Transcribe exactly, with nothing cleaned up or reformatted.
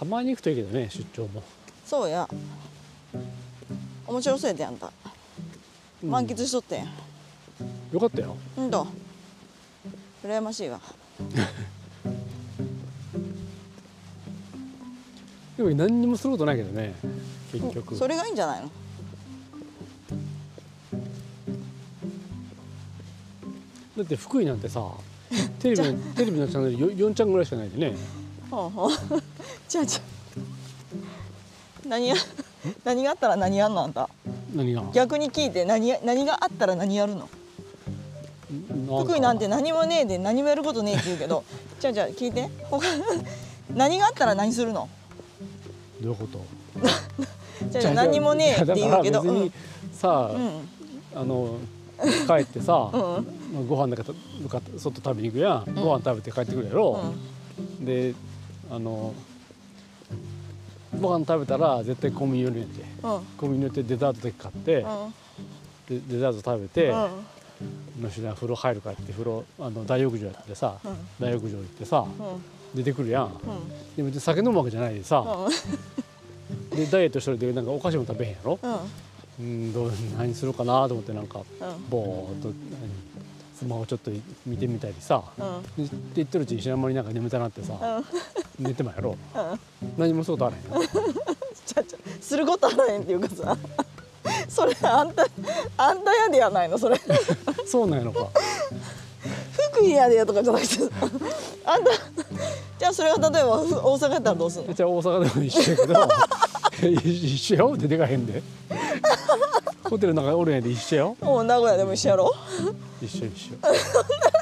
たまに行くといいけどね、出張も。 そうや、面白そうやであんた、 うん満喫しとってん。 よかったよ。 うんと羨ましいわ。 でも何にもすることないけどね、結局。 それがいいんじゃないの。 だって福井なんてさ、テレビのテレビのチャンネルよよんちゃんぐらいしかないでね。 ほうほう。じゃあじゃあ何や何があったら何やんのあんた。 何が？ 逆に聞いて、何や何があったら何やるの。福井なんて何もねえで何もやることねえって言うけど、じゃあじゃあ聞いて。他何があったら何するの。 どういうこと？ じゃあじゃあ何もねえって言うけど、 別にさ、 うん、 あの帰ってさ、 うん、 まあご飯なんか外食べに行くやん、うん、ご飯食べて帰ってくるやろ、うん、であのご飯食べたら絶対コンビニ寄るんやて、うん、コンビニ寄ってデザートだけ買って、うん、でデザート食べて、うん、のしな風呂入るからって風呂あの大浴場やってさ、うん、大浴場行ってさ、うん、出てくるやん、うん、でも酒飲むわけじゃないでさ、うん、でダイエットしとるでなんかお菓子も食べへんやろ、うんうん、どう何するかなと思ってなんか、うん、ぼーっとスマホちょっと見てみたりさ、うん、で言ってるうちに知らん間になんか眠たなってさ、うん、寝てまやろ、うん、何もすることあらへんよちゃちゃすることあらへんっていうかさそれあんたあんたやでやないのそれそうなんやのか福井やでやとかじゃなくてさあんたじゃあそれは例えば大阪やったらどうするの。 じゃあ大阪でも一緒やけど一緒よって出かへんでホテルの中おるんやで一緒よ。 もう名古屋でも一緒やろ。 一緒一緒